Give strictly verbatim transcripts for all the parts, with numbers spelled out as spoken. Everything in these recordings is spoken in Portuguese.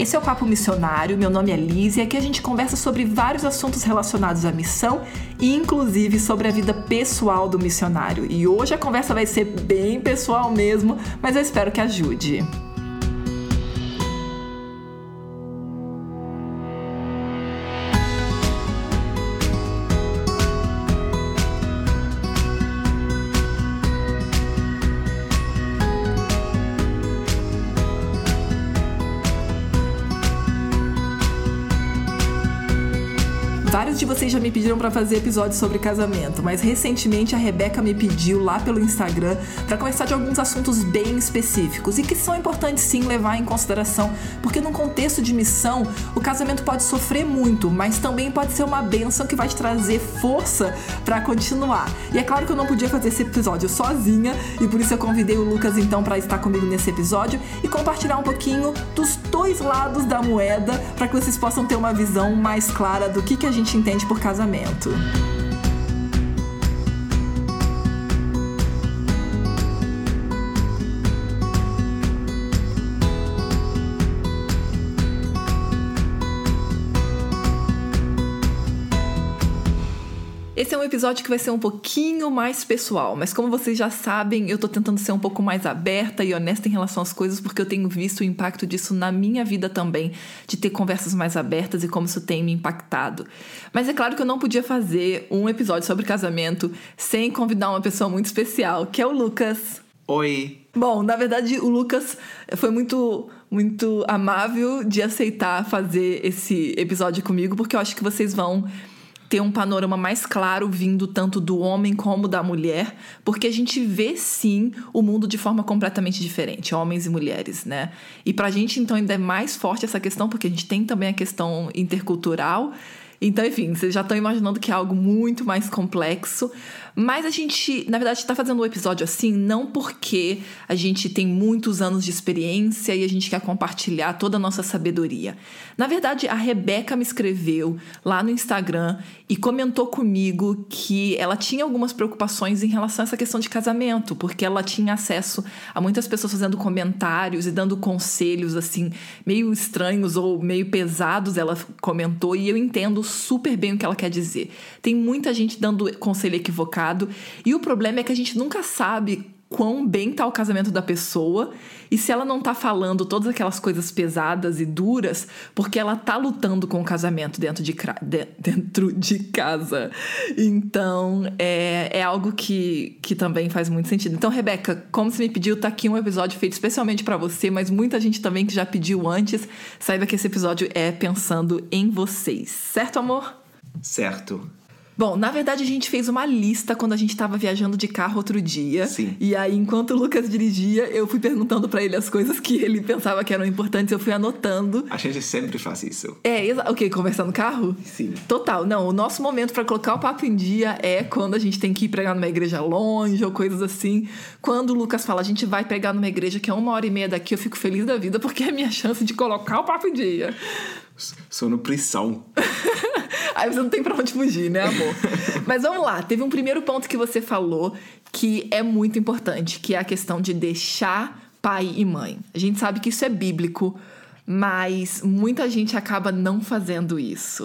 Esse é o Papo Missionário, meu nome é Liz e aqui a gente conversa sobre vários assuntos relacionados à missão e inclusive sobre a vida pessoal do missionário. E hoje a conversa vai ser bem pessoal mesmo, mas eu espero que ajude. Vários de vocês já me pediram para fazer episódios sobre casamento, mas recentemente a Rebeca me pediu lá pelo Instagram para conversar de alguns assuntos bem específicos e que são importantes sim levar em consideração, porque num contexto de missão, o casamento pode sofrer muito, mas também pode ser uma bênção que vai te trazer força para continuar. E é claro que eu não podia fazer esse episódio sozinha e por isso eu convidei o Lucas então para estar comigo nesse episódio e compartilhar um pouquinho dos dois lados da moeda para que vocês possam ter uma visão mais clara do que, que a gente entende por casamento. Esse é um episódio que vai ser um pouquinho mais pessoal, mas como vocês já sabem, eu tô tentando ser um pouco mais aberta e honesta em relação às coisas, porque eu tenho visto o impacto disso na minha vida também, de ter conversas mais abertas e como isso tem me impactado. Mas é claro que eu não podia fazer um episódio sobre casamento sem convidar uma pessoa muito especial, que é o Lucas. Oi! Bom, na verdade, o Lucas foi muito, muito amável de aceitar fazer esse episódio comigo, porque eu acho que vocês vão ter um panorama mais claro vindo tanto do homem como da mulher, porque a gente vê sim o mundo de forma completamente diferente, homens e mulheres, né? E pra gente então ainda é mais forte essa questão, porque a gente tem também a questão intercultural. Então, enfim, vocês já estão imaginando que é algo muito mais complexo. Mas a gente, na verdade, está fazendo um episódio assim não porque a gente tem muitos anos de experiência e a gente quer compartilhar toda a nossa sabedoria. Na verdade, a Rebeca me escreveu lá no Instagram e comentou comigo que ela tinha algumas preocupações em relação a essa questão de casamento, porque ela tinha acesso a muitas pessoas fazendo comentários e dando conselhos, assim, meio estranhos ou meio pesados, ela comentou, e eu entendo super bem o que ela quer dizer. Tem muita gente dando conselho equivocado e o problema é que a gente nunca sabe quão bem tá o casamento da pessoa e se ela não tá falando todas aquelas coisas pesadas e duras porque ela tá lutando com o casamento dentro de, dentro de casa. Então, é, é algo que, que também faz muito sentido. Então, Rebeca, como você me pediu, tá aqui um episódio feito especialmente pra você, mas muita gente também que já pediu antes, saiba que esse episódio é pensando em vocês. Certo, amor? Certo. Bom, na verdade a gente fez uma lista quando a gente tava viajando de carro outro dia. Sim. E aí, enquanto o Lucas dirigia, eu fui perguntando pra ele as coisas que ele pensava que eram importantes, eu fui anotando. A gente sempre faz isso. É, exa- o quê? Conversar no carro? Sim. Total. Não, o nosso momento pra colocar o papo em dia é quando a gente tem que ir pregar numa igreja longe ou coisas assim. Quando o Lucas fala, a gente vai pregar numa igreja que é uma hora e meia daqui, eu fico feliz da vida, porque é a minha chance de colocar o papo em dia. Sou no prisão. Aí você não tem pra onde fugir, né, amor? Mas vamos lá, teve um primeiro ponto que você falou que é muito importante, que é a questão de deixar pai e mãe. A gente sabe que isso é bíblico, mas muita gente acaba não fazendo isso.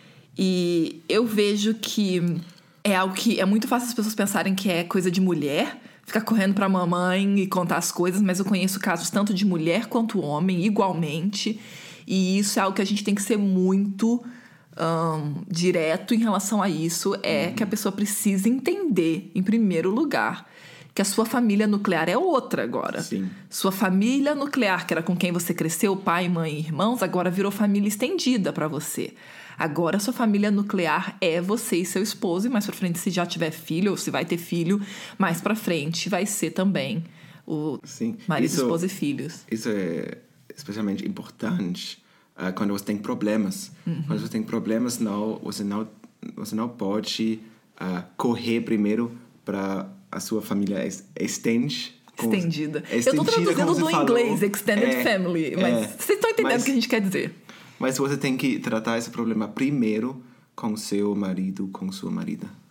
E eu vejo que é algo que é muito fácil as pessoas pensarem que é coisa de mulher, ficar correndo pra mamãe e contar as coisas, mas eu conheço casos tanto de mulher quanto homem, igualmente. E isso é algo que a gente tem que ser muito um, direto em relação a isso. É que a pessoa precisa entender, em primeiro lugar, que a sua família nuclear é outra agora. Sim. Sua família nuclear, que era com quem você cresceu, pai, mãe e irmãos, agora virou família estendida pra você. Agora sua família nuclear é você e seu esposo, e mais pra frente, se já tiver filho, ou se vai ter filho, mais pra frente vai ser também o Sim. marido, Isso, esposa e filhos. Isso é especialmente importante uh, quando você tem problemas. Uhum. Quando você tem problemas, não, você, não, você não pode uh, correr primeiro para a sua família extende. Estendida. Estendida. Eu tô traduzindo do falou, inglês, extended é, family, mas é, vocês estão entendendo mas, o que a gente quer dizer. Mas você tem que tratar esse problema primeiro com seu marido, com sua marida.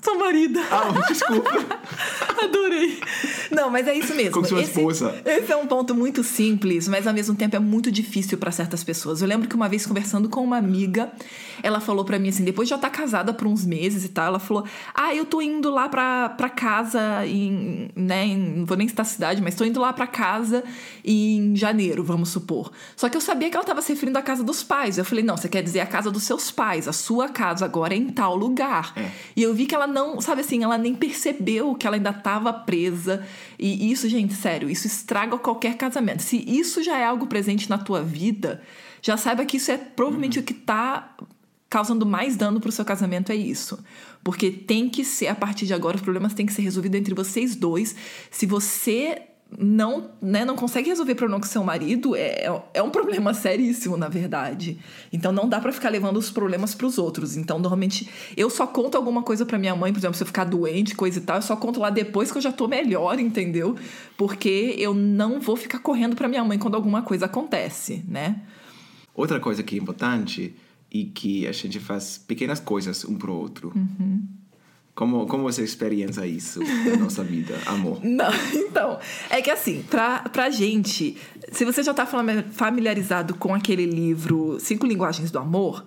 Sua marida. Ah, desculpa. Adorei. Não, mas é isso mesmo. Com sua esse, esposa. Esse é um ponto muito simples, mas ao mesmo tempo é muito difícil para certas pessoas. Eu lembro que uma vez conversando com uma amiga, ela falou para mim assim, depois de já estar casada por uns meses e tal, ela falou, ah, eu tô indo lá pra, pra casa em, né, em, não vou nem citar a cidade, mas tô indo lá pra casa em janeiro, vamos supor. Só que eu sabia que ela tava se referindo à casa dos pais. Eu falei, não, você quer dizer a casa dos seus pais, a sua casa agora é em tal lugar. É. E eu vi que ela não, sabe assim, ela nem percebeu que ela ainda tava presa. E isso, gente, sério, isso estraga qualquer casamento. Se isso já é algo presente na tua vida, já saiba que isso é provavelmente uhum. o que tá causando mais dano pro seu casamento, é isso. Porque tem que ser, a partir de agora, os problemas têm que ser resolvidos entre vocês dois. Se você não, né, não consegue resolver problema com seu marido, é, é um problema seríssimo, na verdade. Então não dá pra ficar levando os problemas pros outros. Então, normalmente, eu só conto alguma coisa pra minha mãe, por exemplo, se eu ficar doente, coisa e tal, eu só conto lá depois que eu já tô melhor, entendeu? Porque eu não vou ficar correndo pra minha mãe quando alguma coisa acontece, né? Outra coisa que é importante é que a gente faz pequenas coisas um pro outro. Uhum. Como, como você experiencia isso na nossa vida, amor? Não, então, é que assim, pra, pra gente, se você já tá familiarizado com aquele livro Cinco Linguagens do Amor,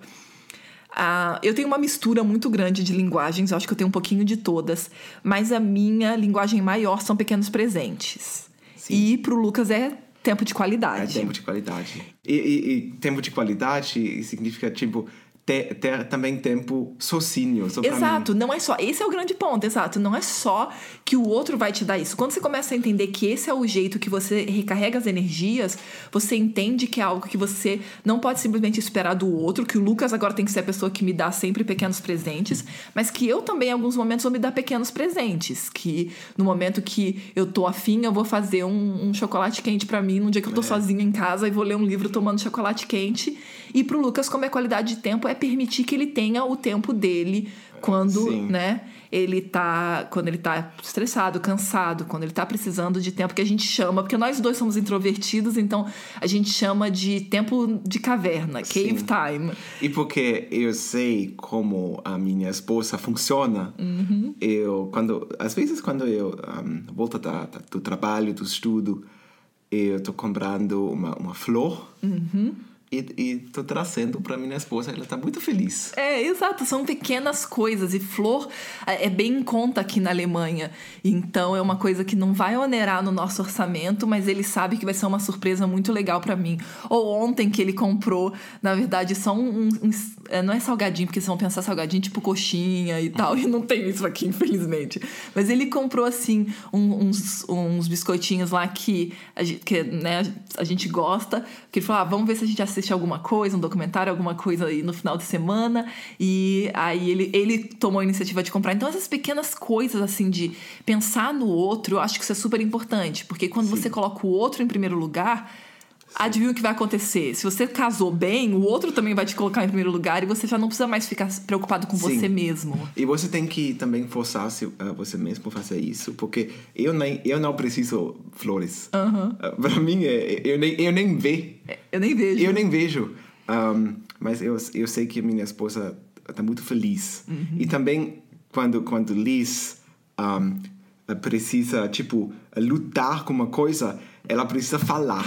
uh, eu tenho uma mistura muito grande de linguagens, eu acho que eu tenho um pouquinho de todas, mas a minha linguagem maior são pequenos presentes. Sim. E pro Lucas é tempo de qualidade. É tempo de qualidade. E, e, e tempo de qualidade significa, tipo, ter, ter também tempo sozinho. Só exato, não é só... Esse é o grande ponto, exato. Não é só que o outro vai te dar isso. Quando você começa a entender que esse é o jeito que você recarrega as energias, você entende que é algo que você não pode simplesmente esperar do outro, que o Lucas agora tem que ser a pessoa que me dá sempre pequenos presentes, mas que eu também, em alguns momentos, vou me dar pequenos presentes. Que no momento que eu tô afim, eu vou fazer um, um chocolate quente pra mim, num dia que eu tô é. sozinha em casa, e vou ler um livro tomando chocolate quente. E pro Lucas, como é qualidade de tempo, é permitir que ele tenha o tempo dele quando, Sim. né, ele tá, quando ele tá estressado, cansado, quando ele tá precisando de tempo que a gente chama, porque nós dois somos introvertidos, então a gente chama de tempo de caverna, cave Sim. time. E porque eu sei como a minha esposa funciona, uhum. eu, quando, às vezes quando eu um, volto da, da, do trabalho, do estudo, eu tô comprando uma, uma flor, uhum. E, e tô trazendo pra minha esposa, ela tá muito feliz. É, exato, são pequenas coisas. E flor é bem em conta aqui na Alemanha. Então é uma coisa que não vai onerar no nosso orçamento, mas ele sabe que vai ser uma surpresa muito legal pra mim. Ou ontem que ele comprou, na verdade, só um... um, um não é salgadinho, porque vocês vão pensar salgadinho tipo coxinha e tal. E não tem isso aqui, infelizmente. Mas ele comprou, assim, um, uns, uns biscoitinhos lá que, a gente, que né, a gente gosta. Que ele falou, ah, vamos ver se a gente assiste alguma coisa, um documentário, alguma coisa aí no final de semana. E aí ele, ele tomou a iniciativa de comprar. Então essas pequenas coisas assim de pensar no outro, eu acho que isso é super importante, porque quando Sim. você coloca o outro em primeiro lugar, Sim. adivinha o que vai acontecer? Se você casou bem, o outro também vai te colocar em primeiro lugar e você já não precisa mais ficar preocupado com Sim. você mesmo. E você tem que também forçar uh, você mesmo a fazer isso, porque eu, nem, eu não preciso flores. Uhum. Uh, para mim, é, eu, nem, eu nem vejo. Eu nem vejo. Eu nem vejo. Um, mas eu, eu sei que a minha esposa está muito feliz. Uhum. E também, quando, quando Liz um, precisa, tipo, lutar com uma coisa, ela precisa falar.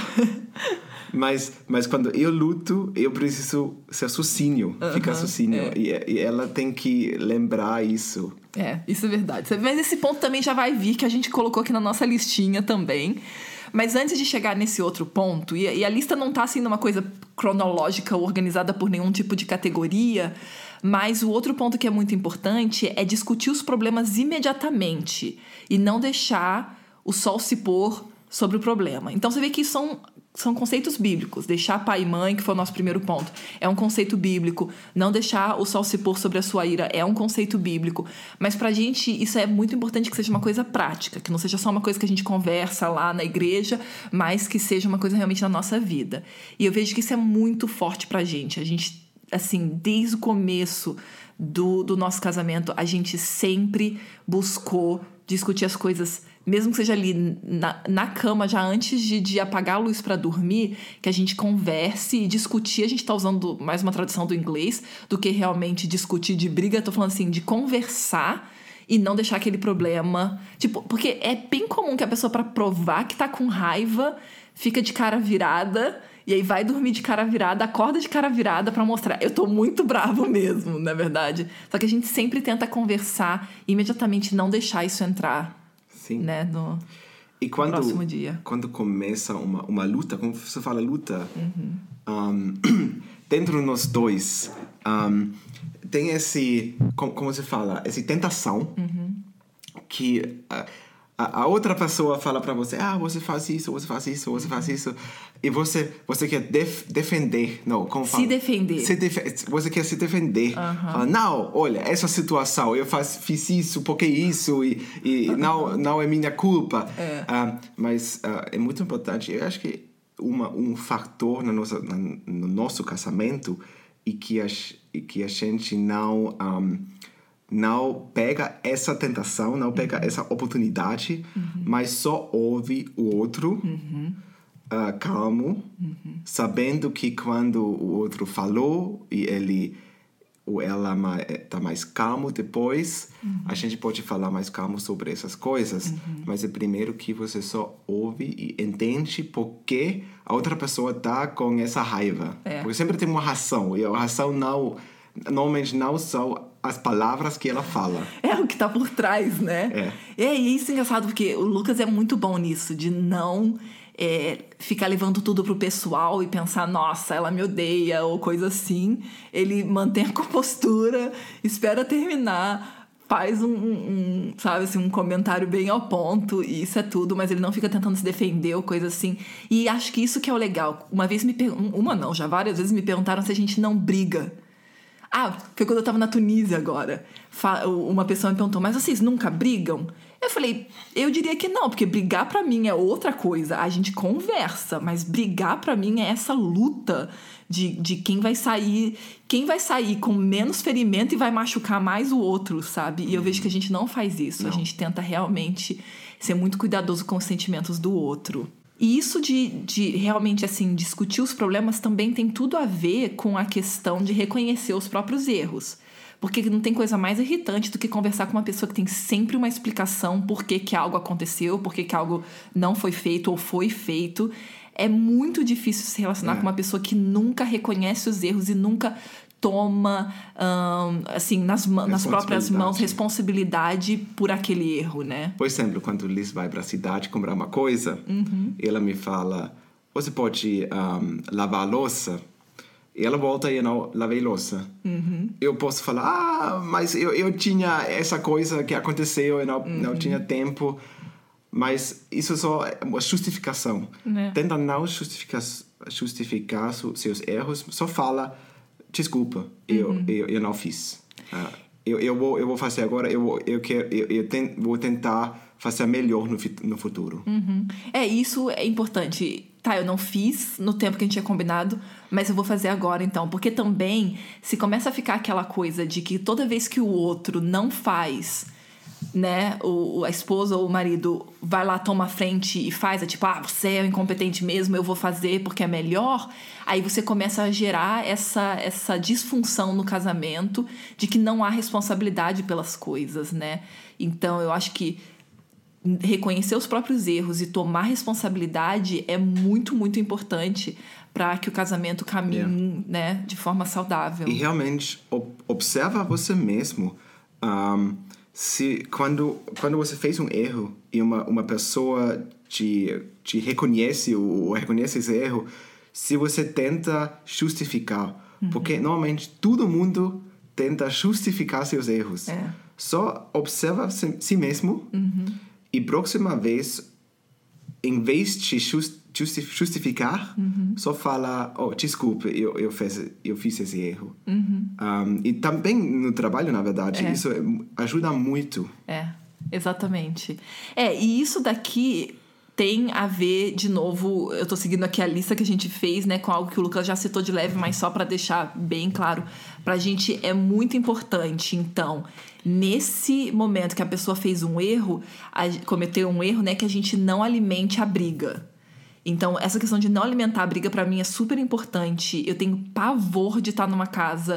mas, mas quando eu luto, eu preciso ser sozinho, uhum, ficar sozinho. É. E, e ela tem que lembrar isso. É, isso é verdade. Mas esse ponto também já vai vir, que a gente colocou aqui na nossa listinha também. Mas antes de chegar nesse outro ponto, e, e a lista não tá assim numa coisa cronológica ou organizada por nenhum tipo de categoria, mas o outro ponto que é muito importante é discutir os problemas imediatamente e não deixar o sol se pôr sobre o problema. Então você vê que são... São conceitos bíblicos. Deixar pai e mãe, que foi o nosso primeiro ponto, é um conceito bíblico. Não deixar o sol se pôr sobre a sua ira é um conceito bíblico. Mas pra gente, isso é muito importante que seja uma coisa prática, que não seja só uma coisa que a gente conversa lá na igreja, mas que seja uma coisa realmente na nossa vida. E eu vejo que isso é muito forte pra gente. A gente, assim, desde o começo do, do nosso casamento, a gente sempre buscou discutir as coisas, mesmo que seja ali na, na cama, já antes de, de apagar a luz para dormir, que a gente converse e discutir. A gente tá usando mais uma tradução do inglês do que realmente discutir de briga. Tô falando assim, de conversar e não deixar aquele problema... Tipo, porque é bem comum que a pessoa, pra provar que tá com raiva, fica de cara virada... E aí vai dormir de cara virada, acorda de cara virada pra mostrar. Eu tô muito bravo mesmo, na verdade. Só que a gente sempre tenta conversar e imediatamente não deixar isso entrar. Sim. Né, no, e quando, no próximo dia. Quando começa uma, uma luta, como você fala luta, uhum. um, dentro de nós dois, um, tem esse, como, como você fala, essa tentação uhum. que... Uh, a outra pessoa fala pra você, ah, você faz isso, você faz isso, você faz isso. E você, você quer def- defender. Não, como fala? Se defender. Se def- você quer se defender. Uhum. Fala, não, olha, essa situação, eu faz, fiz isso, porque isso, e, e uhum. não, não é minha culpa. É. Uh, mas uh, é muito importante. Eu acho que uma, um fator no nosso, no nosso casamento e que a, e que a gente não... Um, não pega essa tentação, não pega uhum. essa oportunidade, uhum. mas só ouve o outro uhum. uh, calmo, uhum. sabendo que quando o outro falou e ele ou ela está mais calmo depois, uhum. a gente pode falar mais calmo sobre essas coisas. Uhum. Mas é primeiro que você só ouve e entende por que a outra pessoa está com essa raiva. É. Porque sempre tem uma razão, e a razão não, normalmente não são as palavras que ela fala. É o que tá por trás, né? É. É, e isso é engraçado, porque o Lucas é muito bom nisso, de não é, ficar levando tudo pro pessoal e pensar, nossa, ela me odeia, ou coisa assim. Ele mantém a compostura, espera terminar, faz um, um, sabe, assim, um comentário bem ao ponto, e isso é tudo, mas ele não fica tentando se defender ou coisa assim. E acho que isso que é o legal. Uma vez me perguntaram, uma não, já várias vezes me perguntaram se a gente não briga. Ah, foi quando eu tava na Tunísia agora. Uma pessoa me perguntou, mas vocês nunca brigam? Eu falei, eu diria que não, porque brigar pra mim é outra coisa. A gente conversa, mas brigar pra mim é essa luta de, de quem vai sair, quem vai sair com menos ferimento e vai machucar mais o outro, sabe? E eu vejo que a gente não faz isso. Não. A gente tenta realmente ser muito cuidadoso com os sentimentos do outro. E isso de, de realmente, assim, discutir os problemas também tem tudo a ver com a questão de reconhecer os próprios erros. Porque não tem coisa mais irritante do que conversar com uma pessoa que tem sempre uma explicação por que, que algo aconteceu, por que, que algo não foi feito ou foi feito. É muito difícil se relacionar é. com uma pessoa que nunca reconhece os erros e nunca toma, um, assim, nas, nas próprias mãos responsabilidade por aquele erro, né? Por exemplo, quando Liz vai para a cidade comprar uma coisa, uhum. ela me fala, você pode um, lavar a louça? E ela volta e eu não lavei louça. Uhum. Eu posso falar, ah, mas eu, eu tinha essa coisa que aconteceu, eu não, uhum. não tinha tempo. Mas isso só é uma justificação. É. Tenta não justificar, justificar seus erros, só fala... Desculpa, eu, uhum. eu, eu não fiz. Uh, eu, eu, vou, eu vou fazer agora, eu, eu, quero, eu, eu ten, vou tentar fazer melhor no, no futuro. Uhum. É, isso é importante. Tá, eu não fiz no tempo que a gente tinha combinado, mas eu vou fazer agora então. Porque também, se começa a ficar aquela coisa de que toda vez que o outro não faz... né, o, a esposa ou o marido vai lá, toma a frente e faz, é tipo, ah, você é incompetente mesmo, eu vou fazer porque é melhor. Aí você começa a gerar essa, essa disfunção no casamento de que não há responsabilidade pelas coisas, né? Então eu acho que reconhecer os próprios erros e tomar responsabilidade é muito, muito importante para que o casamento caminhe yeah. né, de forma saudável. E realmente observa você mesmo. Um, Se, quando, quando você fez um erro e uma, uma pessoa te, te reconhece ou, ou reconhece esse erro, se você tenta justificar, uhum. porque normalmente todo mundo tenta justificar seus erros. É. Só observa si, si mesmo uhum. e próxima vez, em vez de just, justificar, uhum. só fala, oh, desculpa, eu, eu, fiz, eu fiz esse erro. Uhum. Um, e também no trabalho, na verdade, é. isso ajuda muito. É, exatamente. É, e isso daqui tem a ver, de novo, eu tô seguindo aqui a lista que a gente fez, né, com algo que o Lucas já citou de leve, mas só para deixar bem claro, pra gente é muito importante, então, nesse momento que a pessoa fez um erro, a, cometeu um erro, né, que a gente não alimente a briga. Então, essa questão de não alimentar a briga, pra mim, é super importante. Eu tenho pavor de estar numa casa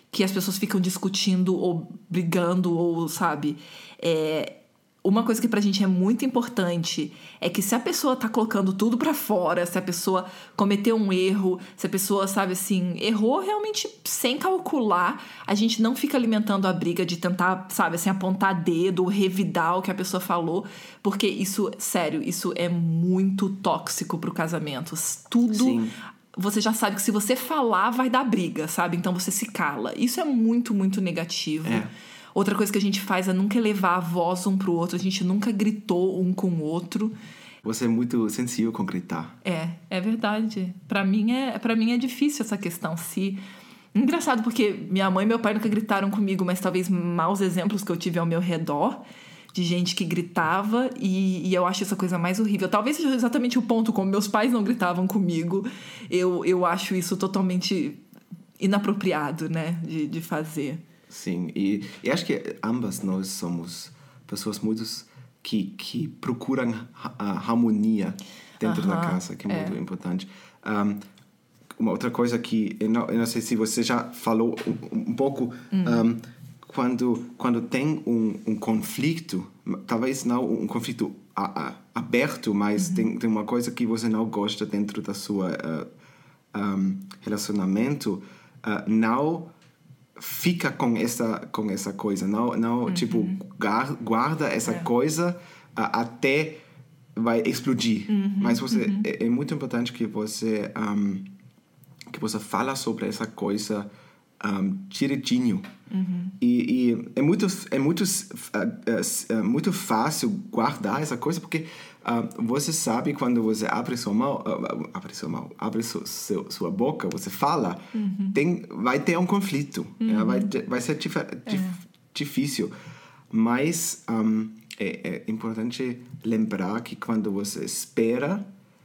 que as pessoas ficam discutindo ou brigando ou, sabe... É, uma coisa que pra gente é muito importante é que se a pessoa tá colocando tudo pra fora, se a pessoa cometeu um erro, se a pessoa, sabe assim, errou realmente sem calcular, a gente não fica alimentando a briga de tentar, sabe assim, apontar dedo, revidar o que a pessoa falou, porque isso, sério, isso é muito tóxico pro casamento. Tudo... Sim. Você já sabe que se você falar, vai dar briga, sabe? Então você se cala. Isso é muito, muito negativo. É. Outra coisa que a gente faz é nunca elevar a voz um pro outro. A gente nunca gritou um com o outro. Você é muito sensível com gritar. É, é verdade. Pra mim é, pra mim é difícil essa questão. Se... Engraçado, porque minha mãe e meu pai nunca gritaram comigo, mas talvez maus exemplos que eu tive ao meu redor de gente que gritava, e, e eu acho essa coisa mais horrível. Talvez seja exatamente o ponto, como meus pais não gritavam comigo, eu, eu acho isso totalmente inapropriado, né, de, de fazer. Sim, e, e acho que ambas nós somos pessoas muito que, que procuram a harmonia dentro uh-huh, da casa, que é, é. muito importante. Um, uma outra coisa que, eu não, eu não sei se você já falou um, um pouco, hum. um, quando, quando tem um, um conflito, talvez não um conflito a, a, aberto, mas uhum. tem, tem uma coisa que você não gosta dentro da sua uh, um, relacionamento, uh, não... fica com essa com essa coisa, não não uhum. tipo guarda essa é. coisa uh, até vai explodir. Uhum, mas você uhum. é, é muito importante que você um, que você fala sobre essa coisa um, direitinho. Uhum. E, e é muito é muito uh, uh, muito fácil guardar essa coisa porque Uh, você sabe quando você abre sua mão, uh, abre sua mão, abre su, su, sua boca, você fala, uhum. tem, vai ter um conflito, uhum. né? vai, vai ser dif, dif, é. difícil. Mas um, é, é importante lembrar que quando você espera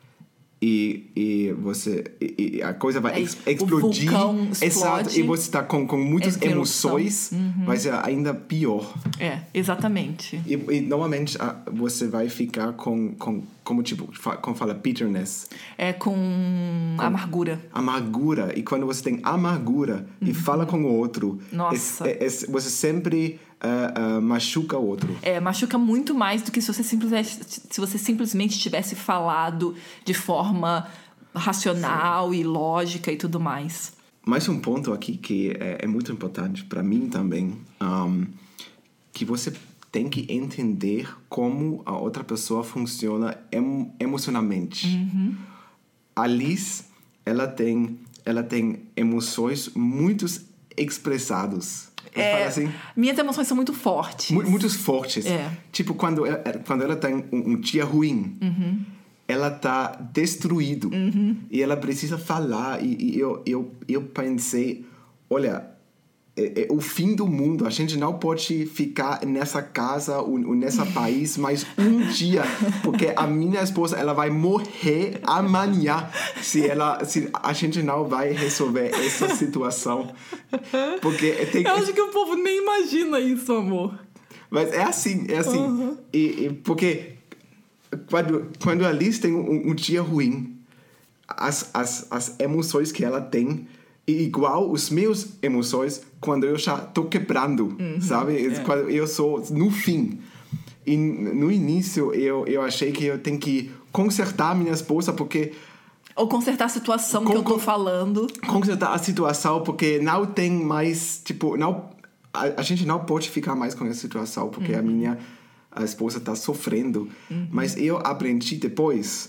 e, e, você, e, e a coisa vai é, ex, explodir, exato, e você está com, com muitas emoções, uhum. vai ser ainda pior. É, exatamente. E, e normalmente você vai ficar com, com como tipo, como fala, bitterness. É, com, com amargura. Amargura. E quando você tem amargura uhum. e fala com o outro, Nossa. É, é, você sempre uh, uh, machuca o outro. É, machuca muito mais do que se você simplesmente, se você simplesmente tivesse falado de forma racional Sim. e lógica e tudo mais. Mais um ponto aqui que é, é muito importante para mim também, um, que você tem que entender como a outra pessoa funciona em, emocionalmente. Uhum. A Liz, ela tem, ela tem emoções muito expressadas. É, assim, minhas emoções são muito fortes. Muito, muito fortes. É. Tipo, quando ela, quando ela tem um, um dia ruim, uhum. ela tá destruído. Uhum. E ela precisa falar. E, e eu, eu, eu pensei, olha... É, é o fim do mundo. A gente não pode ficar nessa casa ou, ou nesse país mais um dia, porque a minha esposa ela vai morrer amanhã se ela se a gente não vai resolver essa situação. Porque tem... Eu acho que o povo nem imagina isso, amor. Mas é assim, é assim. Uhum. E, e porque quando quando a Liz tem um, um dia ruim, as, as as emoções que ela tem e igual os meus emoções quando eu já tô quebrando, uhum, sabe? É. Quando eu sou no fim. E no início eu, eu achei que eu tenho que consertar minha esposa porque... Ou consertar a situação com, que eu tô falando. Consertar a situação porque não tem mais... Tipo, não, a, a gente não pode ficar mais com essa situação porque uhum. a minha a esposa tá sofrendo. Uhum. Mas eu aprendi depois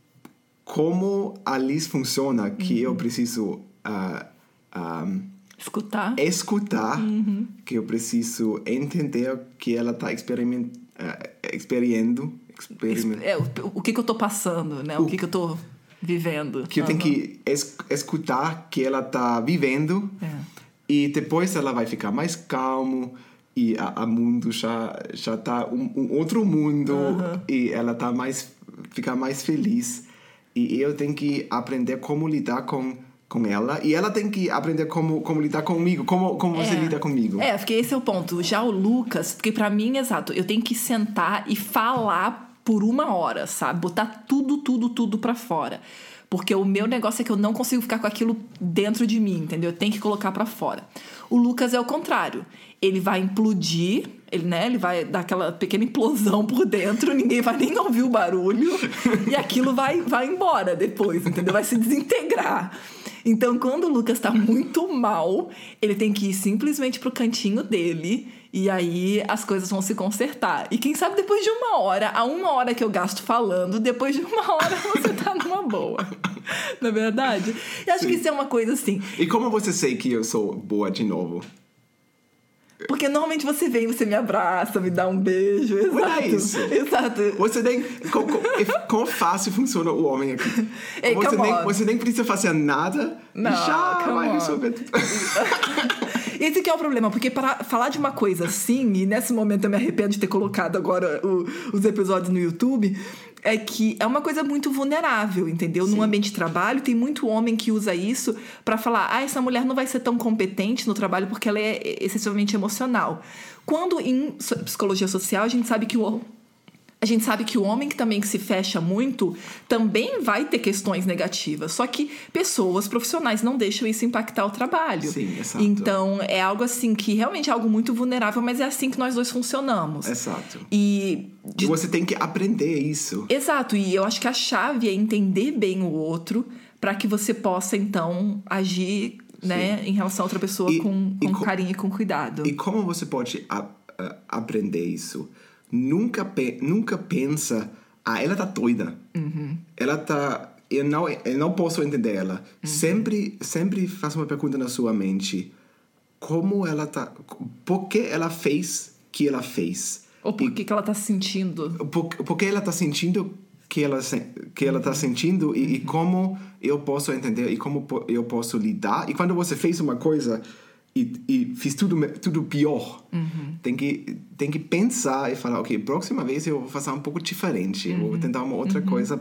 como a Liz funciona, que uhum. eu preciso... Uh, um, escutar escutar uhum. que eu preciso entender o que ela está experiment, uh, experiendo experiment... é, o, o que que eu tô passando, né? O, o que que eu tô vivendo, que eu uhum. tenho que es, escutar que ela está vivendo é. E depois ela vai ficar mais calmo e a, a mundo já já tá um, um outro mundo uhum. e ela tá mais ficar mais feliz e eu tenho que aprender como lidar com com ela, e ela tem que aprender como, como lidar comigo, como, como é, você lida comigo. É, porque esse é o ponto. Já o Lucas, porque pra mim, exato, eu tenho que sentar e falar por uma hora, sabe? Botar tudo, tudo, tudo pra fora. Porque o meu negócio é que eu não consigo ficar com aquilo dentro de mim, entendeu? Eu tenho que colocar pra fora. O Lucas é o contrário. Ele vai implodir, ele, né, ele vai dar aquela pequena implosão por dentro, ninguém vai nem ouvir o barulho, e aquilo vai, vai embora depois, entendeu? Vai se desintegrar. Então, quando o Lucas tá muito mal, ele tem que ir simplesmente pro cantinho dele, e aí as coisas vão se consertar. E quem sabe depois de uma hora, a uma hora que eu gasto falando, depois de uma hora você tá numa boa. Não é verdade? E acho Sim. que isso é uma coisa assim. E como você sei que eu sou boa de novo? Porque normalmente você vem, você me abraça, me dá um beijo. Exato. Não é isso. Exato. Você nem... Como, como fácil funciona o homem aqui. Ei, você, nem, on. você nem precisa fazer nada Não, e já vai on. resolver tudo. Esse que é o problema, porque para falar de uma coisa assim, e nesse momento eu me arrependo de ter colocado agora o, os episódios no YouTube, é que é uma coisa muito vulnerável, entendeu? Sim. Num ambiente de trabalho, tem muito homem que usa isso pra falar, ah, essa mulher não vai ser tão competente no trabalho porque ela é excessivamente emocional. Quando em psicologia social a gente sabe que o... A gente sabe que o homem que também que se fecha muito também vai ter questões negativas. Só que pessoas profissionais não deixam isso impactar o trabalho. Sim, exato. Então, é algo assim que realmente é algo muito vulnerável, mas é assim que nós dois funcionamos. Exato. E, de... e você tem que aprender isso. Exato. E eu acho que a chave é entender bem o outro para que você possa, então, agir, né, em relação a outra pessoa e, com, com co... carinho e com cuidado. E como você pode a, a, aprender isso? Nunca, pe- nunca pensa, ah, ela tá doida. Uhum. Ela tá... Eu não, eu não posso entender ela. Uhum. Sempre, sempre faça uma pergunta na sua mente. Como ela tá... Por que ela fez o que ela fez? Ou por que, que ela tá sentindo? Por, por que ela tá sentindo que ela, que ela tá sentindo e, uhum. e como eu posso entender e como eu posso lidar. E quando você fez uma coisa... E, e fiz tudo, tudo pior. Uhum. Tem que, tem que pensar e falar, ok, próxima vez eu vou fazer um pouco diferente. Uhum. Vou tentar uma outra uhum. coisa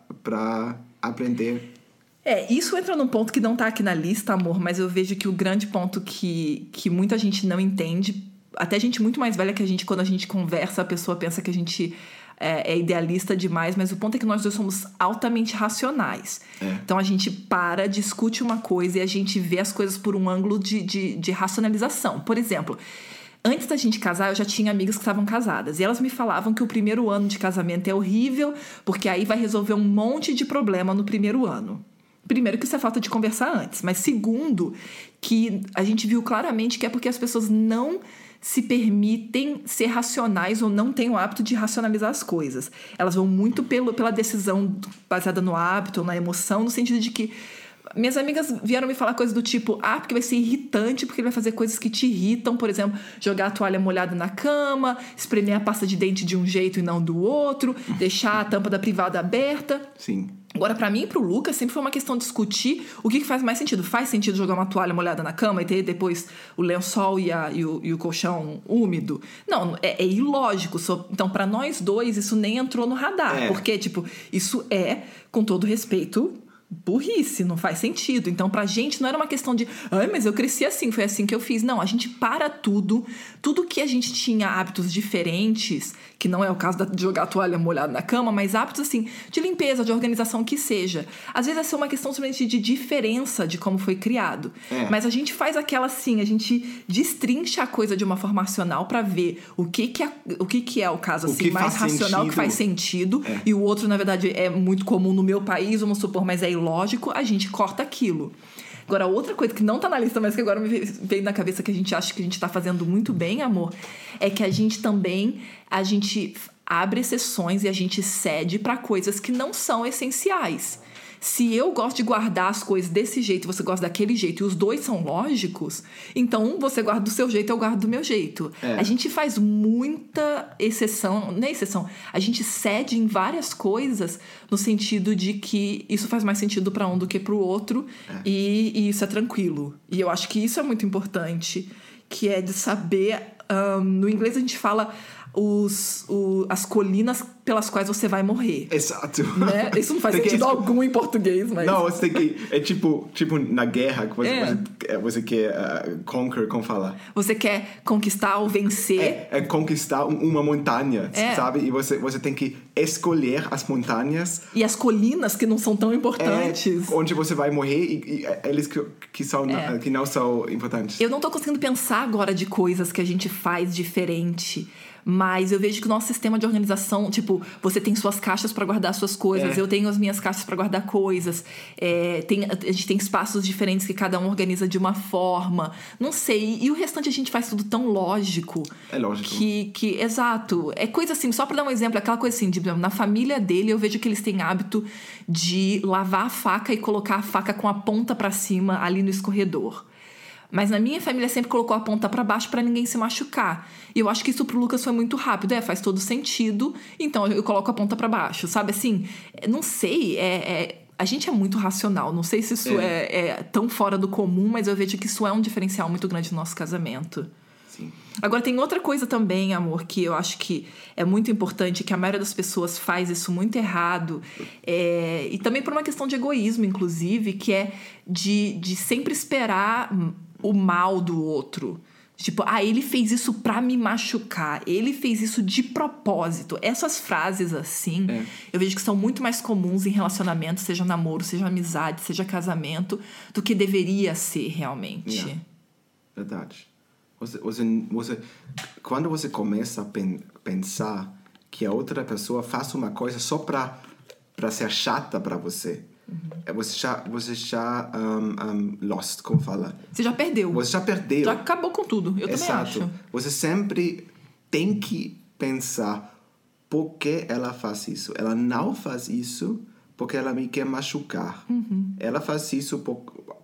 para aprender. É, isso entra num ponto que não tá aqui na lista, amor, mas eu vejo que o grande ponto que, que muita gente não entende, até gente muito mais velha que a gente, quando a gente conversa, a pessoa pensa que a gente... É, é idealista demais, mas o ponto é que nós dois somos altamente racionais. É. Então a gente para, discute uma coisa e a gente vê as coisas por um ângulo de, de, de racionalização. Por exemplo, antes da gente casar, eu já tinha amigas que estavam casadas. E elas me falavam que o primeiro ano de casamento é horrível, porque aí vai resolver um monte de problema no primeiro ano. Primeiro, que isso é falta de conversar antes. Mas segundo, que a gente viu claramente que é porque as pessoas não... se permitem ser racionais ou não têm o hábito de racionalizar as coisas. Elas vão muito pelo, pela decisão baseada no hábito ou na emoção, no sentido de que minhas amigas vieram me falar coisas do tipo, ah, porque vai ser irritante, porque ele vai fazer coisas que te irritam, por exemplo, jogar a toalha molhada na cama, espremer a pasta de dente de um jeito e não do outro, deixar a tampa da privada aberta. Sim. Agora, pra mim e pro Lucas, sempre foi uma questão de discutir o que, que faz mais sentido. Faz sentido jogar uma toalha molhada na cama e ter depois o lençol e, a, e, o, e o colchão úmido? Não, é, é ilógico. Então, pra nós dois, isso nem entrou no radar. É. Porque, tipo, isso é, com todo respeito... burrice, não faz sentido. Então pra gente não era uma questão de ai, mas eu cresci assim, foi assim que eu fiz. Não, a gente para tudo, tudo que a gente tinha hábitos diferentes, que não é o caso de jogar a toalha molhada na cama, mas hábitos assim, de limpeza, de organização, que seja. Às vezes essa é uma questão simplesmente de diferença de como foi criado. É. Mas a gente faz aquela assim, a gente destrincha a coisa de uma forma racional pra ver o que que é o, que que é o caso assim, o mais racional, sentido. Que faz sentido, é. E o outro, na verdade, é muito comum no meu país, vamos supor, mas é ilógico, a gente corta aquilo. Agora, outra coisa que não tá na lista, mas que agora me veio na cabeça que a gente acha que a gente tá fazendo muito bem, amor, é que a gente também, a gente abre exceções e a gente cede pra coisas que não são essenciais. Se eu gosto de guardar as coisas desse jeito e você gosta daquele jeito e os dois são lógicos, então você guarda do seu jeito e eu guardo do meu jeito. É. A gente faz muita exceção, não é exceção, a gente cede em várias coisas no sentido de que isso faz mais sentido para um do que para o outro, é. e, e isso é tranquilo. E eu acho que isso é muito importante, que é de saber... Um, no inglês a gente fala... os, o, as colinas pelas quais você vai morrer. Exato. Né? Isso não faz Tem sentido que... algum em português, mas... Não, você tem que... É tipo, tipo na guerra, que você, É. você, você quer uh, conquer, como fala? Você quer conquistar ou vencer. É, é conquistar um, uma montanha, É. sabe? E você, você tem que escolher as montanhas... E as colinas que não são tão importantes. É, onde você vai morrer e, e eles que, que, são, É. que não são importantes. Eu não tô conseguindo pensar agora de coisas que a gente faz diferente, mas eu vejo que o nosso sistema de organização, tipo, você tem suas caixas para guardar suas coisas, É. eu tenho as minhas caixas para guardar coisas, é, tem, a gente tem espaços diferentes que cada um organiza de uma forma, não sei, e o restante a gente faz tudo tão lógico. É lógico. Que, que, exato, é coisa assim, só para dar um exemplo, aquela coisa assim, de, na família dele eu vejo que eles têm hábito de lavar a faca e colocar a faca com a ponta para cima ali no escorredor. Mas na minha família sempre colocou a ponta pra baixo pra ninguém se machucar. E eu acho que isso pro Lucas foi muito rápido. É, faz todo sentido, então eu coloco a ponta pra baixo, sabe? Assim, não sei, é, é, a gente é muito racional. Não sei se isso é. É, é tão fora do comum, mas eu vejo que isso é um diferencial muito grande no nosso casamento. Sim. Agora, tem outra coisa também, amor, que eu acho que é muito importante, que a maioria das pessoas faz isso muito errado, é, e também por uma questão de egoísmo, inclusive, que é de, de sempre esperar o mal do outro. Tipo, ah, ele fez isso pra me machucar, ele fez isso de propósito. Essas frases assim, é. eu vejo que são muito mais comuns em relacionamentos, seja namoro, seja amizade, seja casamento, do que deveria ser realmente. Yeah. Verdade. Você, você, você, quando você começa a pen, pensar que a outra pessoa faça uma coisa só pra, pra ser chata pra você, uhum. você já, você já um, um, lost, como fala? Você já perdeu. Você já perdeu. Já acabou com tudo, eu Exato. também acho. Você sempre tem que pensar por que ela faz isso. Ela não faz isso porque ela me quer machucar. Uhum. Ela faz isso por...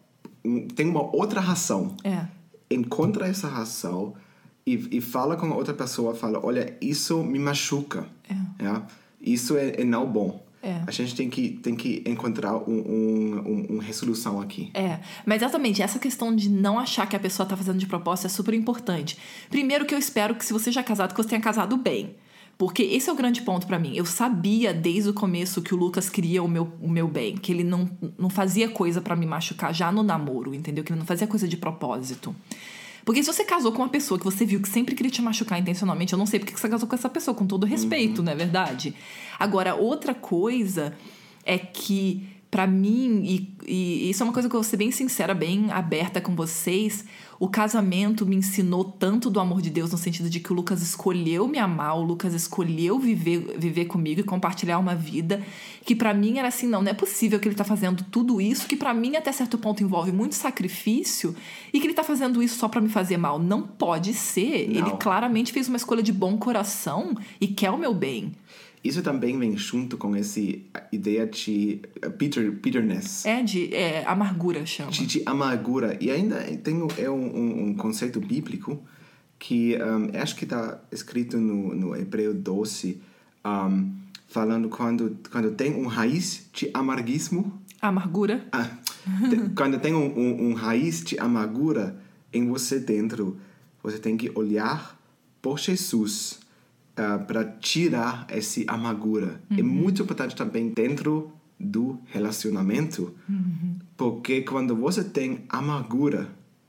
Tem uma outra razão. É. Encontra essa razão e, e fala com a outra pessoa, fala, olha, isso me machuca, é. É? Isso é, é não bom. É. A gente tem que, tem que encontrar uma um, um, um resolução aqui. É, mas exatamente, essa questão de não achar que a pessoa tá fazendo de propósito é super importante. Primeiro que eu espero que se você já é casado, que você tenha casado bem. Porque esse é o grande ponto pra mim. Eu sabia desde o começo que o Lucas queria o meu, o meu bem. Que ele não, não fazia coisa pra me machucar já no namoro, entendeu? Que ele não fazia coisa de propósito. Porque se você casou com uma pessoa que você viu que sempre queria te machucar intencionalmente, eu não sei porque você casou com essa pessoa, com todo respeito, uhum. não é verdade? Agora, outra coisa é que, pra mim, e, e isso é uma coisa que eu vou ser bem sincera, bem aberta com vocês, o casamento me ensinou tanto do amor de Deus, no sentido de que o Lucas escolheu me amar, o Lucas escolheu viver, viver comigo e compartilhar uma vida, que pra mim era assim, não, não é possível que ele tá fazendo tudo isso, que pra mim até certo ponto envolve muito sacrifício, e que ele tá fazendo isso só pra me fazer mal. Não pode ser. Não. Ele claramente fez uma escolha de bom coração e quer o meu bem. Isso também vem junto com essa ideia de bitter, bitterness. É, de é, amargura, chama. De, de amargura. E ainda tem é um, um, um conceito bíblico que um, acho que está escrito no, no Hebreu doze, um, falando quando, quando tem um raiz de amarguismo. Amargura? Ah, te, quando tem um, um, um raiz de amargura em você dentro, você tem que olhar por Jesus. Uh, para tirar essa amargura. Uhum. É muito importante também dentro do relacionamento, uhum. porque quando você tem amargura,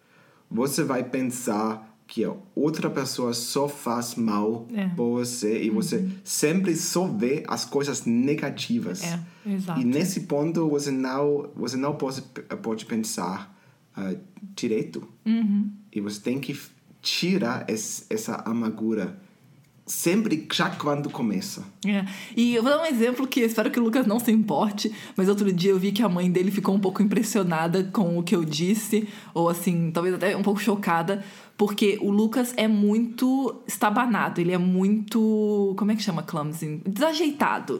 você vai pensar que a outra pessoa só faz mal é. por você e uhum. você sempre só vê as coisas negativas. É, exato. E nesse ponto você não, você não pode, pode pensar uh, direito. Uhum. E você tem que tirar esse, essa amargura sempre, já quando começa. É. E eu vou dar um exemplo que eu espero que o Lucas não se importe, mas outro dia eu vi que a mãe dele ficou um pouco impressionada com o que eu disse, ou assim, talvez até um pouco chocada, porque o Lucas é muito estabanado, ele é muito, como é que chama, clumsy? Desajeitado.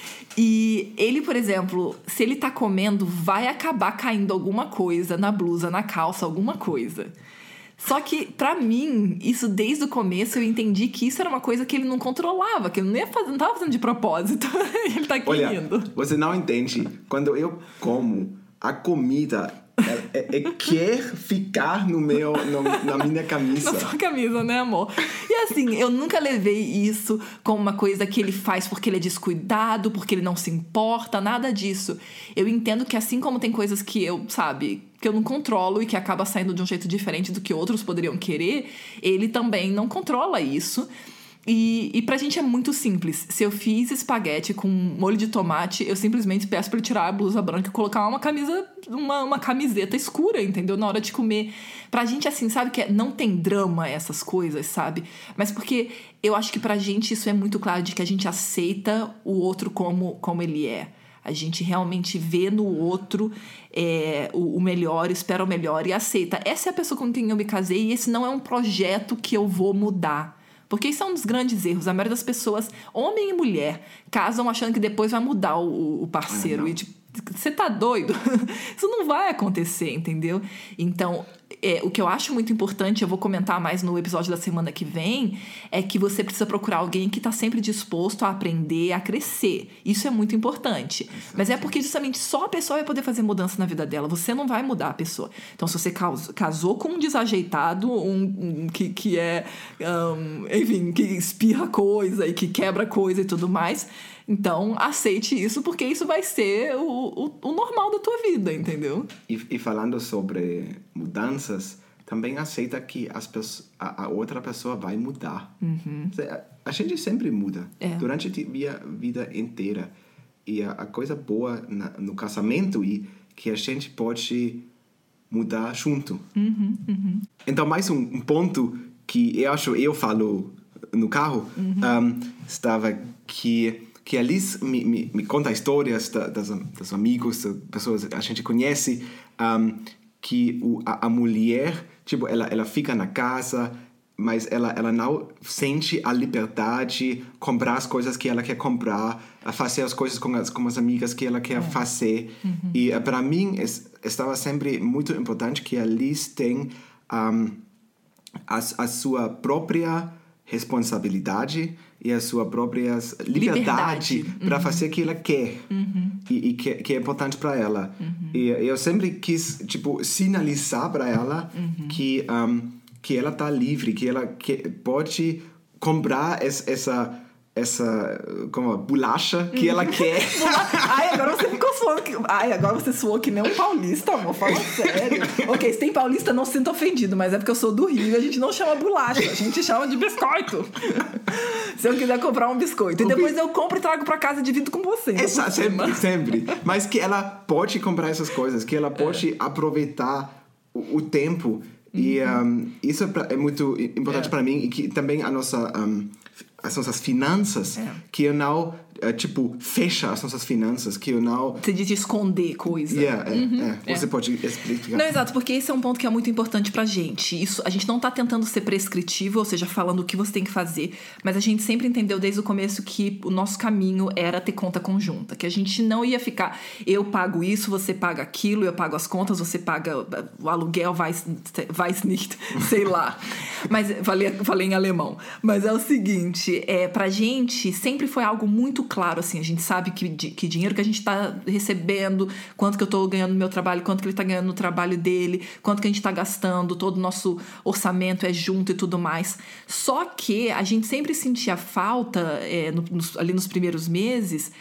E ele, por exemplo, se ele tá comendo, vai acabar caindo alguma coisa na blusa, na calça, alguma coisa. Só que, pra mim, isso desde o começo eu entendi que isso era uma coisa que ele não controlava, que ele não, ia fazer, não tava fazendo de propósito. Ele tá aqui Olha, rindo. Você não entende. Quando eu como, a comida Ela é, é quer ficar no meu, no, na minha camisa. Na sua camisa, né, amor? E assim, eu nunca levei isso como uma coisa que ele faz porque ele é descuidado, porque ele não se importa, nada disso. Eu entendo que assim como tem coisas que eu, sabe, que eu não controlo e que acaba saindo de um jeito diferente do que outros poderiam querer, ele também não controla isso. E, e pra gente é muito simples. Se eu fiz espaguete com molho de tomate, eu simplesmente peço pra ele tirar a blusa branca e colocar uma camisa, uma, uma camiseta escura, entendeu? Na hora de comer. Pra gente, assim, sabe que é, não tem drama essas coisas, sabe? Mas porque eu acho que pra gente isso é muito claro de que a gente aceita o outro como, como ele é. A gente realmente vê no outro é, o, o melhor, espera o melhor e aceita. Essa é a pessoa com quem eu me casei e esse não é um projeto que eu vou mudar. Porque isso é um dos grandes erros. A maioria das pessoas, homem e mulher, casam achando que depois vai mudar o, o parceiro. Ah, e tipo, você tá doido? Isso não vai acontecer, entendeu? Então, é, o que eu acho muito importante, eu vou comentar mais no episódio da semana que vem, é que você precisa procurar alguém que tá sempre disposto a aprender, a crescer. Isso é muito importante. Exato. Mas é porque justamente só a pessoa vai poder fazer mudança na vida dela. Você não vai mudar a pessoa. Então, se você casou com um desajeitado, um, um que, que é... Um, enfim, que espirra coisa e que quebra coisa e tudo mais... Então, aceite isso, porque isso vai ser o, o, o normal da tua vida, entendeu? E, e falando sobre mudanças, também aceita que as pessoas, a, a outra pessoa vai mudar. Uhum. A, a gente sempre muda, é. durante a minha vida inteira. E a, a coisa boa na, no casamento é que a gente pode mudar junto. Uhum, uhum. Então, mais um, um ponto que eu acho, eu falo no carro, uhum. um, estava que... que a Liz me, me, me conta histórias da, das, das amigos, das pessoas que a gente conhece, um, que o, a, a mulher, tipo, ela, ela fica na casa, mas ela, ela não sente a liberdade de comprar as coisas que ela quer comprar, a fazer as coisas com as, com as amigas que ela quer é. fazer. Uhum. E para mim, es, estava sempre muito importante que a Liz tenha um, a, a sua própria responsabilidade e a sua própria liberdade para uhum. fazer o que ela quer uhum. e, e que, que é importante para ela. Uhum. E eu sempre quis, tipo, sinalizar para ela uhum. que, um, que ela está livre, que ela que, pode comprar essa... essa essa como bolacha que ela quer. Ai, agora você ficou suando que... Ai, agora você suou que nem um paulista, amor. Fala sério. Ok, se tem paulista, não se sinta ofendido, mas é porque eu sou do Rio e a gente não chama bolacha, a gente chama de biscoito. Se eu quiser comprar um biscoito. E depois eu compro e trago pra casa e divido com você. Essa, sempre, sempre. Mas que ela pode comprar essas coisas, que ela pode é. aproveitar o, o tempo. Uhum. E um, isso é muito importante é. para mim. E que também a nossa... Um, as nossas finanças, é. que eu não, é, tipo, fecha as nossas finanças, que eu não... Você diz de esconder coisa. Yeah, é, uhum, é. Você é. pode explicar. Não, exato, porque esse é um ponto que é muito importante pra gente. Isso, a gente não tá tentando ser prescritivo, ou seja, falando o que você tem que fazer, mas a gente sempre entendeu desde o começo que o nosso caminho era ter conta conjunta, que a gente não ia ficar, eu pago isso, você paga aquilo, eu pago as contas, você paga o aluguel, weiß, weiß nicht, sei lá. Mas falei, falei em alemão. Mas é o seguinte... É, pra gente sempre foi algo muito claro, assim, a gente sabe que, que dinheiro que a gente tá recebendo, quanto que eu tô ganhando no meu trabalho, quanto que ele tá ganhando no trabalho dele, quanto que a gente tá gastando, todo o nosso orçamento é junto e tudo mais. Só que a gente sempre sentia falta, é, no, nos, ali nos primeiros meses,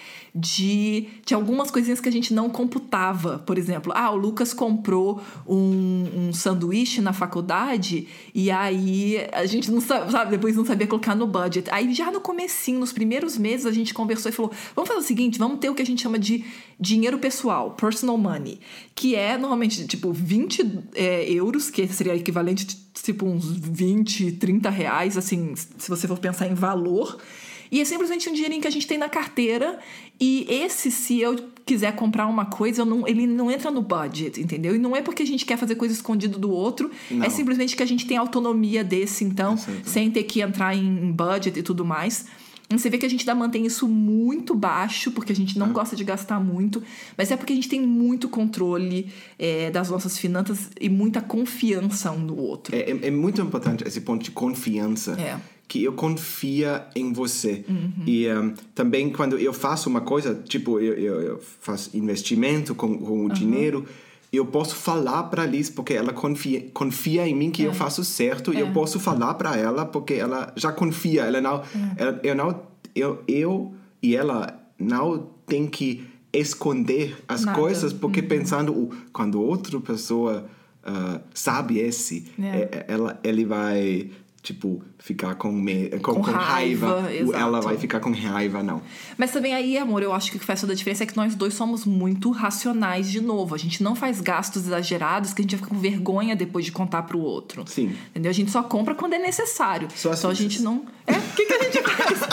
de, de algumas coisinhas que a gente não computava. Por exemplo, ah, o Lucas comprou um, um sanduíche na faculdade e aí a gente não sabe, depois não sabia colocar no budget. Aí já no comecinho, nos primeiros meses, a gente conversou e falou, vamos fazer o seguinte, vamos ter o que a gente chama de dinheiro pessoal, personal money, que é normalmente tipo vinte é, euros, que seria equivalente a tipo uns vinte, trinta reais, assim, se você for pensar em valor. E é simplesmente um dinheirinho que a gente tem na carteira. E esse, se eu quiser comprar uma coisa, eu não, ele não entra no budget, entendeu? E não é porque a gente quer fazer coisa escondida do outro. Não. É simplesmente que a gente tem autonomia desse, então, é sem ter que entrar em budget e tudo mais. Você vê que a gente ainda mantém isso muito baixo, porque a gente não ah. gosta de gastar muito. Mas é porque a gente tem muito controle é, das nossas finanças e muita confiança um no outro. É, é, é muito importante esse ponto de confiança. É. Que eu confia em você. Uhum. E um, também quando eu faço uma coisa, tipo, eu, eu, eu faço investimento com, com o uhum. dinheiro, eu posso falar para Liz porque ela confia, confia em mim que é. eu faço certo. É. E eu posso falar para ela porque ela já confia. Ela não, é. ela, eu, não eu, eu e ela não tem que esconder as Nada. coisas porque uhum. pensando, uh, quando outra pessoa uh, sabe esse, é. ela, ele vai... Tipo, ficar com, me... com, com, com raiva. raiva. Ela vai ficar com raiva, não. Mas também aí, amor, eu acho que o que faz toda a diferença é que nós dois somos muito racionais de novo. A gente não faz gastos exagerados que a gente vai ficar com vergonha depois de contar pro outro. Sim. Entendeu? A gente só compra quando é necessário. Só assim, então a gente não... É? O que, que a gente faz?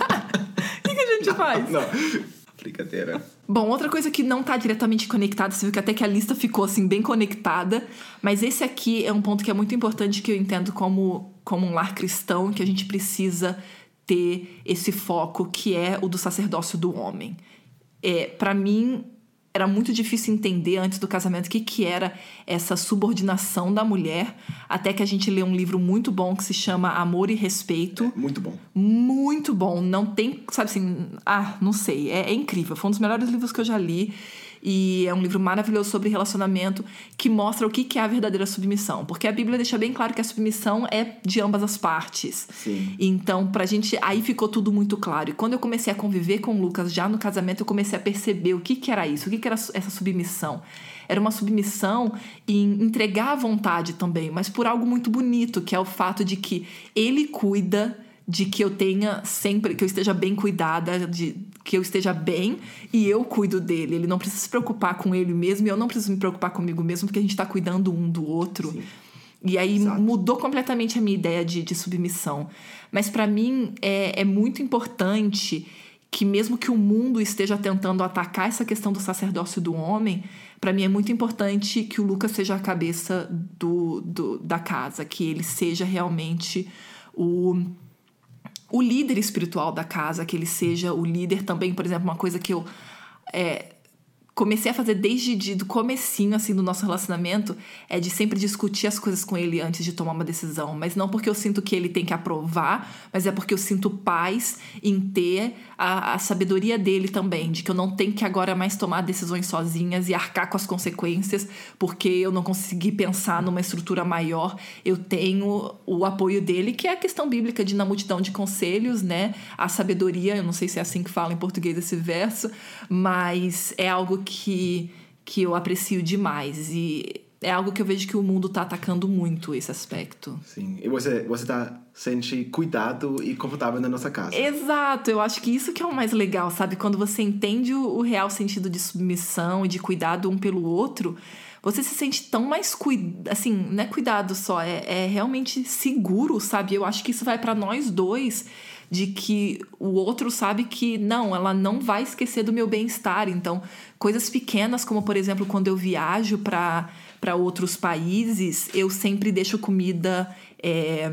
O que, que a gente não, faz? Não. Brincadeira. Bom, outra coisa que não tá diretamente conectada, você viu que até que a lista ficou assim bem conectada, mas esse aqui é um ponto que é muito importante, que eu entendo como, como um lar cristão, que a gente precisa ter esse foco, que é o do sacerdócio do homem. É, para mim, era muito difícil entender antes do casamento o que, que era essa subordinação da mulher, até que a gente lê um livro muito bom que se chama Amor e Respeito. É, muito bom. Muito bom. Não tem, sabe assim... Ah, não sei. É, é incrível. Foi um dos melhores livros que eu já li. E é um livro maravilhoso sobre relacionamento que mostra o que, que é a verdadeira submissão. Porque a Bíblia deixa bem claro que a submissão é de ambas as partes. Sim. Então, pra gente... Aí ficou tudo muito claro. E quando eu comecei a conviver com o Lucas já no casamento, eu comecei a perceber o que, que era isso. O que, que era essa submissão. Era uma submissão em entregar a vontade também, mas por algo muito bonito, que é o fato de que ele cuida de que eu tenha sempre, que eu esteja bem cuidada, de que eu esteja bem, e eu cuido dele. Ele não precisa se preocupar com ele mesmo, e eu não preciso me preocupar comigo mesmo, porque a gente está cuidando um do outro. Sim. E aí Exato. Mudou completamente a minha ideia de, de submissão. Mas para mim é, é muito importante que, mesmo que o mundo esteja tentando atacar essa questão do sacerdócio do homem, para mim é muito importante que o Lucas seja a cabeça do, do, da casa, que ele seja realmente o... o líder espiritual da casa, que ele seja o líder também. Por exemplo, uma coisa que eu é, comecei a fazer desde de, do comecinho assim, do nosso relacionamento é de sempre discutir as coisas com ele antes de tomar uma decisão. Mas não porque eu sinto que ele tem que aprovar, mas é porque eu sinto paz em ter a, a sabedoria dele também, de que eu não tenho que agora mais tomar decisões sozinhas e arcar com as consequências porque eu não consegui pensar numa estrutura maior. Eu tenho o apoio dele, que é a questão bíblica de na multidão de conselhos, né? A sabedoria, eu não sei se é assim que fala em português esse verso, mas é algo que, que eu aprecio demais. E é algo que eu vejo que o mundo está atacando muito, esse aspecto. Sim, e você você tá sente cuidado e confortável na nossa casa. Exato, eu acho que isso que é o mais legal, sabe? Quando você entende o, o real sentido de submissão e de cuidado um pelo outro, você se sente tão mais cuidado, assim, não é cuidado só, é, é realmente seguro, sabe? Eu acho que isso vai para nós dois, de que o outro sabe que, não, ela não vai esquecer do meu bem-estar. Então, coisas pequenas, como, por exemplo, quando eu viajo para para outros países, eu sempre deixo comida é,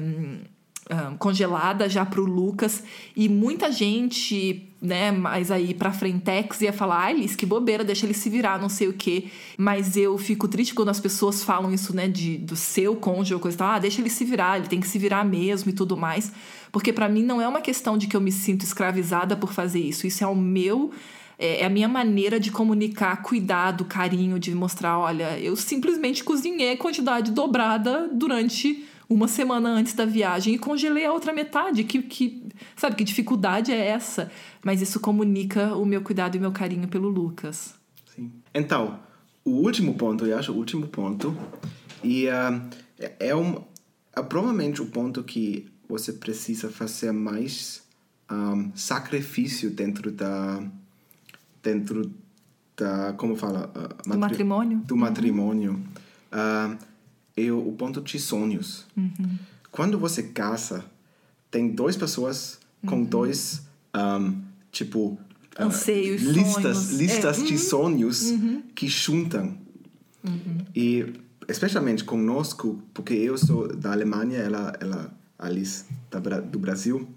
um, congelada já pro Lucas. E muita gente, né, mais aí pra frentex ia falar: ai, Liz, que bobeira, deixa ele se virar, não sei o quê. Mas eu fico triste quando as pessoas falam isso, né, de, do seu cônjuge ou coisa e tal. Ah, deixa ele se virar, ele tem que se virar mesmo e tudo mais. Porque pra mim não é uma questão de que eu me sinto escravizada por fazer isso. Isso é o meu... É a minha maneira de comunicar cuidado, carinho, de mostrar, olha, eu simplesmente cozinhei a quantidade dobrada durante uma semana antes da viagem e congelei a outra metade. Que, que, sabe, que dificuldade é essa? Mas isso comunica o meu cuidado e o meu carinho pelo Lucas. Sim. Então, o último ponto, eu acho o último ponto, e uh, é, um, é provavelmente o ponto que você precisa fazer mais um, sacrifício dentro da... dentro da, como fala? Uh, matri- do matrimônio. Do matrimônio. Uhum. Uh, é o ponto de sonhos. Uhum. Quando você casa, tem duas pessoas com uhum. dois, um, tipo... Anseios, uh, listas, sonhos. listas é. de uhum. sonhos uhum. que juntam. Uhum. E, especialmente conosco, porque eu sou da Alemanha, ela, ela Alice, da, do Brasil...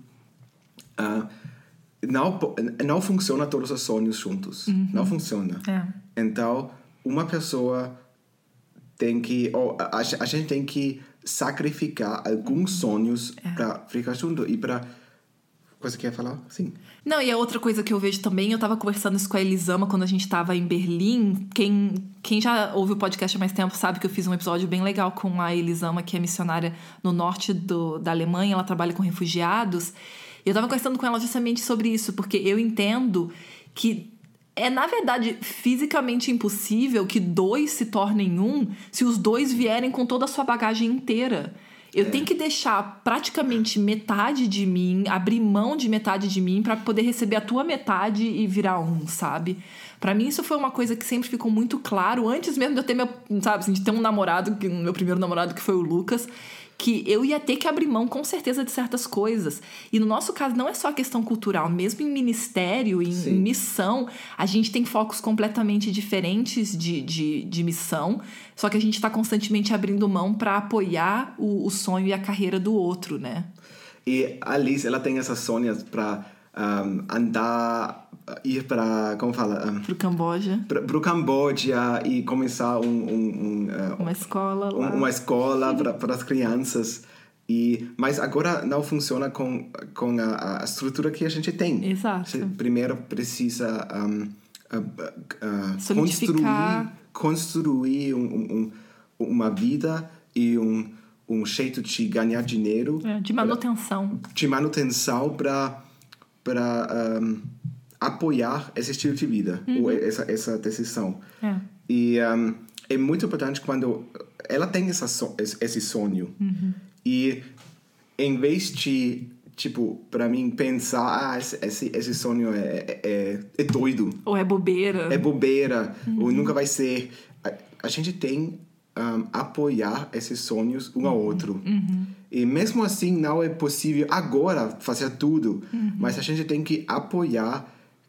Uh, Não, não funciona todos os sonhos juntos. Uhum. Não funciona. É. Então, uma pessoa tem que... Ou a, a gente tem que sacrificar alguns sonhos é. para ficar junto. E para coisa que ia falar? Sim. Não, e a outra coisa que eu vejo também, eu tava conversando isso com a Elisama quando a gente tava em Berlim. Quem, quem já ouve o podcast há mais tempo sabe que eu fiz um episódio bem legal com a Elisama, que é missionária no norte do, da Alemanha. Ela trabalha com refugiados. E eu tava conversando com ela justamente sobre isso, porque eu entendo que é, na verdade, fisicamente impossível que dois se tornem um se os dois vierem com toda a sua bagagem inteira. Eu é. tenho que deixar praticamente metade de mim, abrir mão de metade de mim para poder receber a tua metade e virar um, sabe? Pra mim isso foi uma coisa que sempre ficou muito claro, antes mesmo de eu ter meu, sabe, assim, de ter um namorado, meu primeiro namorado que foi o Lucas, que eu ia ter que abrir mão com certeza de certas coisas. E no nosso caso não é só a questão cultural, mesmo em ministério, em, em missão, a gente tem focos completamente diferentes de, de, de missão, só que a gente está constantemente abrindo mão para apoiar o, o sonho e a carreira do outro, né? E a Liz, ela tem essas sonhos para um, andar, ir para, como fala? Um, pro Camboja. Para o Camboja e começar um, um, um, uh, uma escola lá. Uma escola para as crianças. E, mas agora não funciona com, com a, a estrutura que a gente tem. Exato. Você primeiro precisa um, uh, uh, construir, construir um, um, uma vida e um, um jeito de ganhar dinheiro. É, de manutenção. Pra, de manutenção para para um, apoiar esse estilo de vida, uhum. ou essa, essa decisão. É. E um, é muito importante quando ela tem essa so, esse sonho. Uhum. E em vez de, tipo, para mim pensar, ah, esse, esse sonho é, é, é doido. Ou é bobeira. É bobeira, uhum. ou nunca vai ser. A, a gente tem um, apoiar esses sonhos um ao outro. Uhum. E mesmo assim não é possível agora fazer tudo, uhum. mas a gente tem que apoiar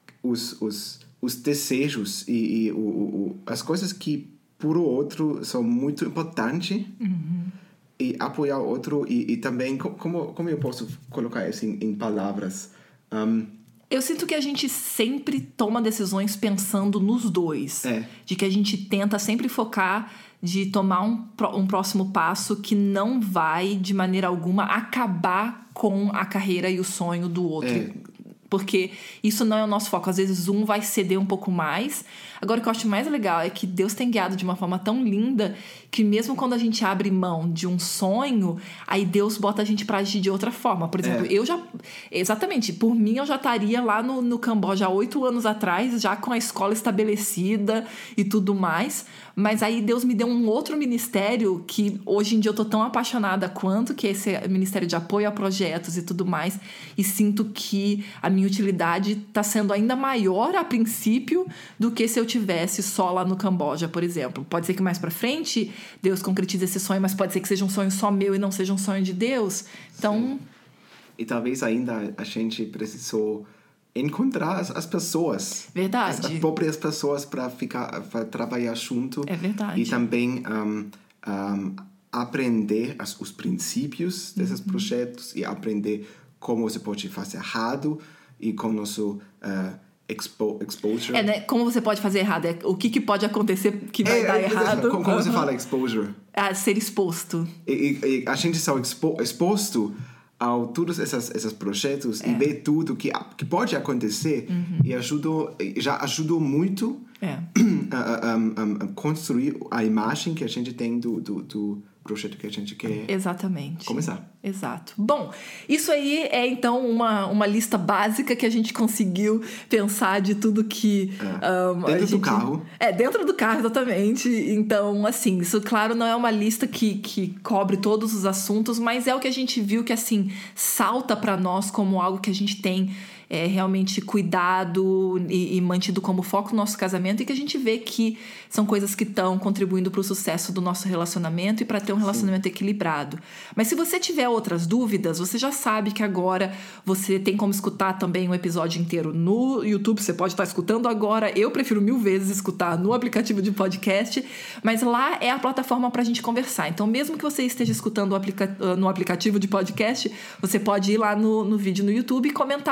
os, os, os desejos e, e o, o, as coisas que por o outro são muito importantes, uhum. e apoiar o outro e, e também, como, como eu posso colocar isso em, em palavras? Um, Eu sinto que a gente sempre toma decisões pensando nos dois. É. De que a gente tenta sempre focar de tomar um, um próximo passo que não vai, de maneira alguma, acabar com a carreira e o sonho do outro. É. Porque isso não é o nosso foco. Às vezes um vai ceder um pouco mais. Agora, o que eu acho mais legal é que Deus tem guiado de uma forma tão linda que mesmo quando a gente abre mão de um sonho, aí Deus bota a gente pra agir de outra forma. Por exemplo, é. eu já... Exatamente. Por mim, eu já estaria lá no, no Camboja há oito anos atrás, já com a escola estabelecida e tudo mais. Mas aí Deus me deu um outro ministério que hoje em dia eu tô tão apaixonada quanto, que é esse ministério de apoio a projetos e tudo mais. E sinto que a minha utilidade tá sendo ainda maior a princípio do que se eu tivesse só lá no Camboja, por exemplo. Pode ser que mais pra frente Deus concretize esse sonho, mas pode ser que seja um sonho só meu e não seja um sonho de Deus. Então... Sim. E talvez ainda a gente precisou encontrar as, as pessoas. Verdade. As, as próprias pessoas para ficar, para trabalhar junto. É verdade. E também um, um, aprender as, os princípios desses uhum. projetos e aprender como você pode fazer errado e como nosso uh, expo, exposure. É, né? Como você pode fazer errado. É, o que, que pode acontecer que vai é, dar é, errado. Como, como uhum. você fala exposure? Ah, ser exposto. E, e, e a gente está expo, exposto a todos esses, esses projetos é. e ver tudo que, que pode acontecer uhum. e ajudou, já ajudou muito é. a, a, a, a construir a imagem que a gente tem do, do, do projeto que a gente quer Exatamente. começar. Exato. Bom, isso aí é então uma, uma lista básica que a gente conseguiu pensar de tudo que... É. Um, dentro a gente... do carro. É, dentro do carro, exatamente. Então, assim, isso, claro, não é uma lista que, que cobre todos os assuntos, mas é o que a gente viu que, assim, salta para nós como algo que a gente tem... É, realmente cuidado e, e mantido como foco no nosso casamento e que a gente vê que são coisas que estão contribuindo para o sucesso do nosso relacionamento e para ter um relacionamento Sim. equilibrado. Mas se você tiver outras dúvidas, você já sabe que agora você tem como escutar também um episódio inteiro no YouTube, você pode estar escutando agora, eu prefiro mil vezes escutar no aplicativo de podcast, mas lá é a plataforma para a gente conversar. Então mesmo que você esteja escutando no aplicativo de podcast, você pode ir lá no, no vídeo no YouTube e comentar lá, porque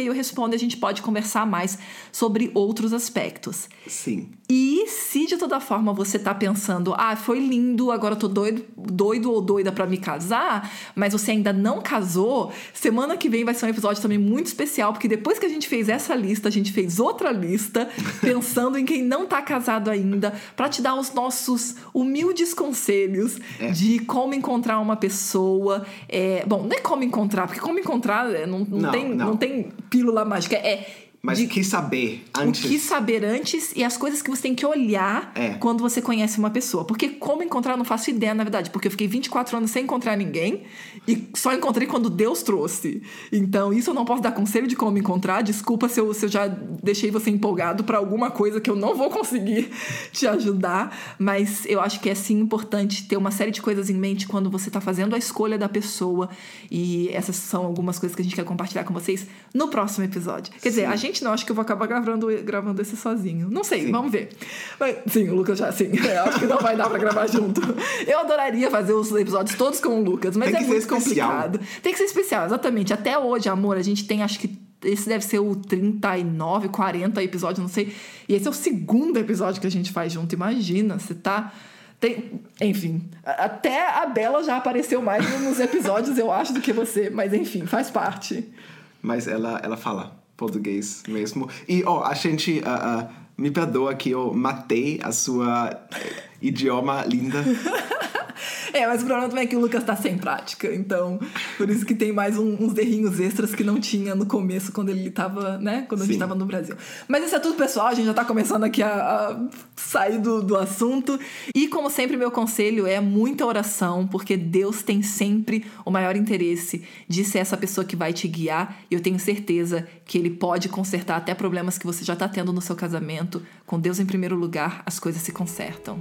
aí eu respondo e a gente pode conversar mais sobre outros aspectos. Sim. E se de toda forma você tá pensando, ah, foi lindo, agora eu tô doido, doido ou doida pra me casar, mas você ainda não casou, semana que vem vai ser um episódio também muito especial, porque depois que a gente fez essa lista, a gente fez outra lista, pensando em quem não tá casado ainda, pra te dar os nossos humildes conselhos é. de como encontrar uma pessoa. É, bom, não é como encontrar, porque como encontrar não, não, não, tem, não. não tem pílula mágica, é... Mas de, o que saber antes? O que saber antes e as coisas que você tem que olhar é. quando você conhece uma pessoa. Porque como encontrar, eu não faço ideia, na verdade. Porque eu fiquei vinte e quatro anos sem encontrar ninguém e só encontrei quando Deus trouxe. Então, isso eu não posso dar conselho de como encontrar. Desculpa se eu, se eu já deixei você empolgado para alguma coisa que eu não vou conseguir te ajudar. Mas eu acho que é, sim, importante ter uma série de coisas em mente quando você está fazendo a escolha da pessoa. E essas são algumas coisas que a gente quer compartilhar com vocês no próximo episódio. Quer sim. dizer, a gente não, acho que eu vou acabar gravando, gravando esse sozinho. Não sei, sim. vamos ver. Mas, sim, o Lucas já, sim. Eu acho que não vai dar pra gravar junto. Eu adoraria fazer os episódios todos com o Lucas, mas é muito complicado. Tem que ser especial, exatamente. Até hoje, amor, a gente tem, acho que esse deve ser o trinta e nove, quarenta episódio, não sei. E esse é o segundo episódio que a gente faz junto. Imagina, você tá... Tem, enfim, até a Bela já apareceu mais nos episódios, eu acho, do que você. Mas, enfim, faz parte. Mas ela, ela fala português mesmo. E, ó, oh, a gente... Uh, uh, me perdoa que eu matei a sua uh, idioma linda. É, mas o problema também é que o Lucas tá sem prática, então por isso que tem mais um, uns errinhos extras que não tinha no começo, quando ele tava, né, quando a gente Sim. tava no Brasil. Mas isso é tudo, pessoal, a gente já tá começando aqui a, a sair do, do assunto. E como sempre, meu conselho é muita oração, porque Deus tem sempre o maior interesse de ser essa pessoa que vai te guiar, e eu tenho certeza que Ele pode consertar até problemas que você já tá tendo no seu casamento. Com Deus em primeiro lugar, as coisas se consertam.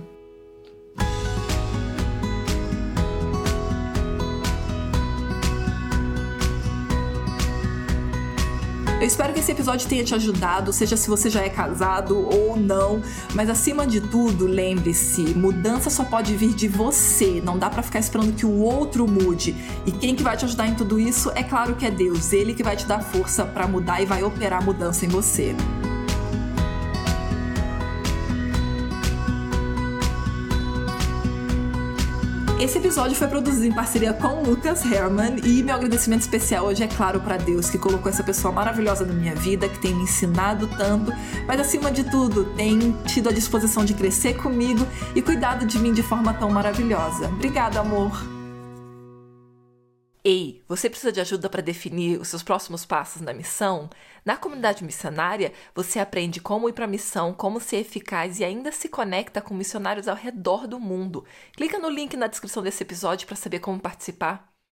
Eu espero que esse episódio tenha te ajudado, seja se você já é casado ou não, mas acima de tudo, lembre-se, mudança só pode vir de você, não dá pra ficar esperando que o outro mude. E quem que vai te ajudar em tudo isso? É claro que é Deus, Ele que vai te dar força pra mudar e vai operar a mudança em você. Esse episódio foi produzido em parceria com o Lucas Herman e meu agradecimento especial hoje é claro para Deus, que colocou essa pessoa maravilhosa na minha vida, que tem me ensinado tanto, mas acima de tudo tem tido a disposição de crescer comigo e cuidado de mim de forma tão maravilhosa. Obrigada, amor! Ei, você precisa de ajuda para definir os seus próximos passos na missão? Na comunidade missionária, você aprende como ir para a missão, como ser eficaz e ainda se conecta com missionários ao redor do mundo. Clica no link na descrição desse episódio para saber como participar.